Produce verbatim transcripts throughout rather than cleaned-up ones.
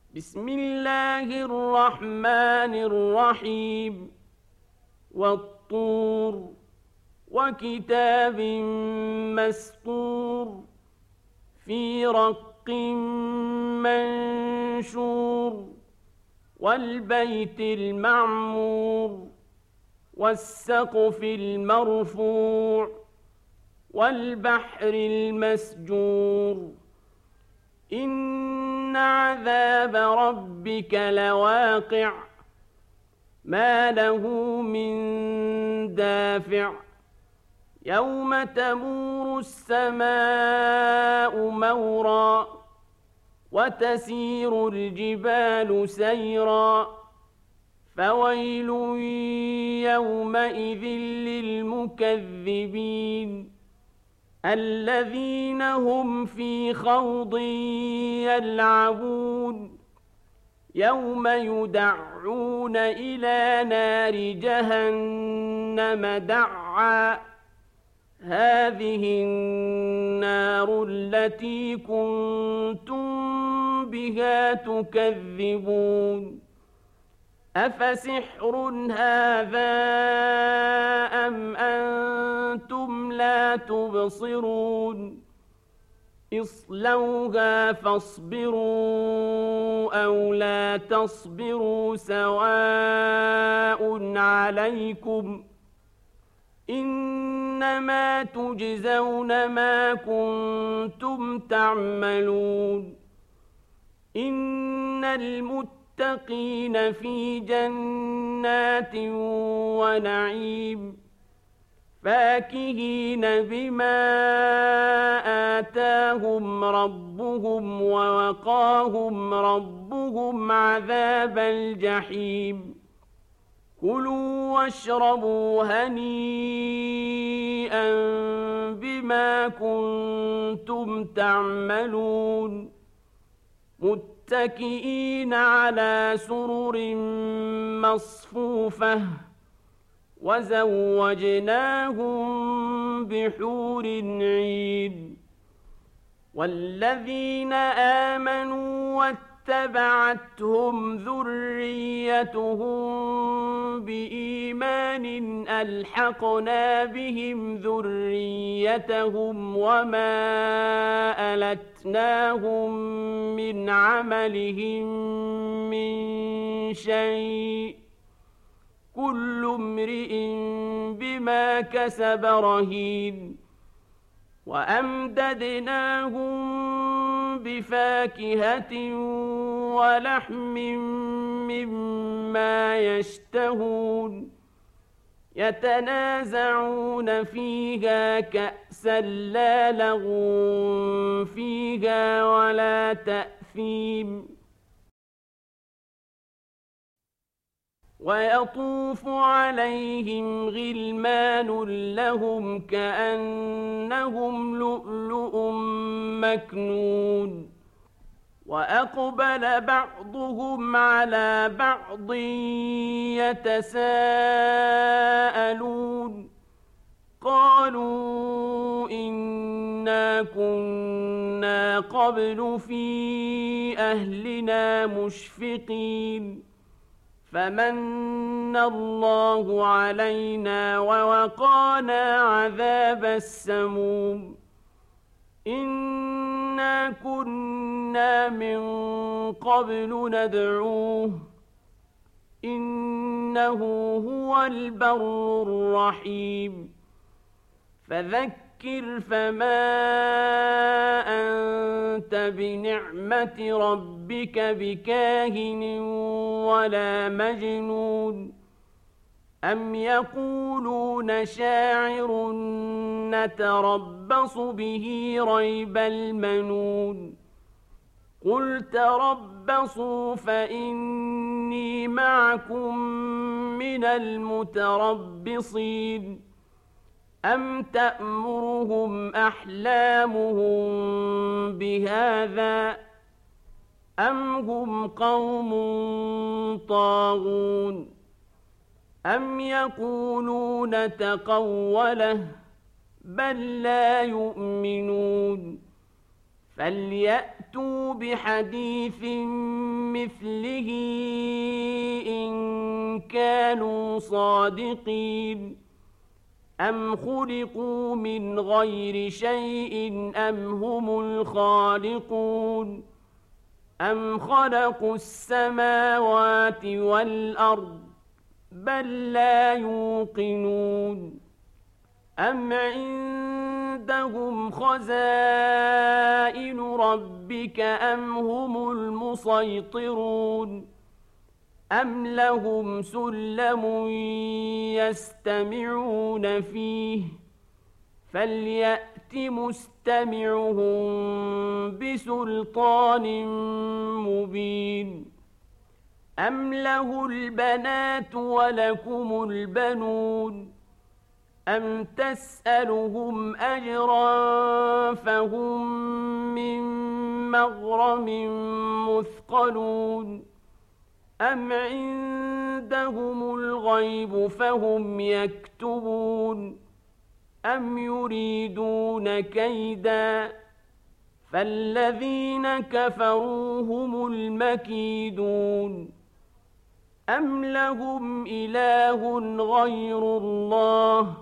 بسم الله الرحمن الرحيم والطور وكتاب مسطور في رق منشور والبيت المعمور والسقف المرفوع والبحر المسجور إن عذاب ربك لواقع ما له من دافع يوم تمور السماء مورا وتسير الجبال سيرا فويل يومئذ للمكذبين الذين هم في خوض يلعبون يوم يدعون إلى نار جهنم دعا هذه النار التي كنتم بها تكذبون أفسحر هذا أم أنتم لا تبصرون اصلوها فاصبروا أو لا تصبروا سواء عليكم إنما تجزون ما كنتم تعملون إن المتقين في جنات ونعيم فاكهين بما آتاهم ربهم ووقاهم ربهم عذاب الجحيم كلوا واشربوا هنيئا بما كنتم تعملون متكئين على سرر مصفوفة وزوجناهم بحور عين والذين آمنوا واتبعتهم ذريتهم بإيمان ألحقنا بهم ذريتهم وما ألتناهم من عملهم من شيء كل امرئ بما كسب رهين وأمددناهم بفاكهة ولحم مما يشتهون يتنازعون فيها كأسا لا لغو فيها ولا تأثيم ويطوف عليهم غلمان لهم كأنهم لؤلؤ مكنون وأقبل بعضهم على بعض يتساءلون قالوا إنا كنا قبل في أهلنا مشفقين فمن الله علينا ووقانا عذاب السموم إنا كنا من قبل ندعوه إنه هو البر الرحيم فذكر فما أنت بنعمة ربك بكاهن ولا مجنون أم يقولون شاعر نتربص به ريب المنون قل تربصوا فإني معكم من المتربصين أم تأمرهم أحلامهم بهذا أم هم قوم طاغون أم يقولون تقوله بل لا يؤمنون فليأت فليأتوا بحديث مثله إن كانوا صادقين أم خلقوا من غير شيء أم هم الخالقون أم خلقوا السماوات والأرض بل لا يوقنون أم عندهم خزائن ربك أم هم المسيطرون أم لهم سلم يستمعون فيه فليأت مستمعهم بسلطان مبين أم له البنات ولكم البنون أم تسألهم أجرا فهم من مغرم مثقلون أم عندهم الغيب فهم يكتبون أم يريدون كيدا فالذين كفروا هم المكيدون أم لهم إله غير الله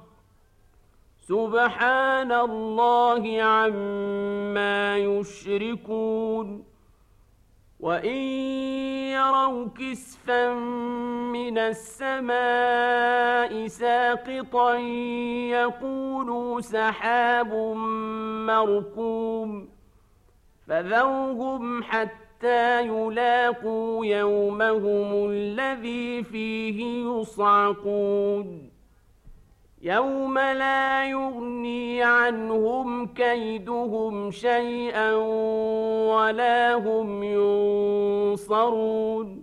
سبحان الله عما يشركون وإن يروا كسفا من السماء ساقطا يقولوا سحاب مركوم فذرهم حتى يلاقوا يومهم الذي فيه يصعقون يوم لا يغني عنهم كيدهم شيئا ولا هم ينصرون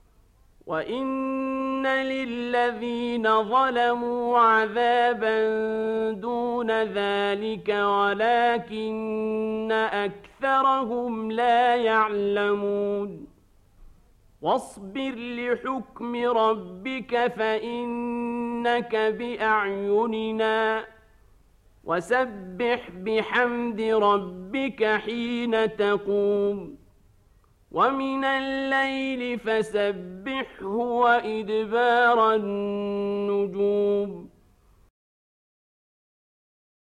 وإن للذين ظلموا عذابا دون ذلك ولكن أكثرهم لا يعلمون واصبر لحكم ربك فإنك بأعيننا وسبح بحمد ربك حين تقوم ومن الليل فسبحه وإدبار النجوم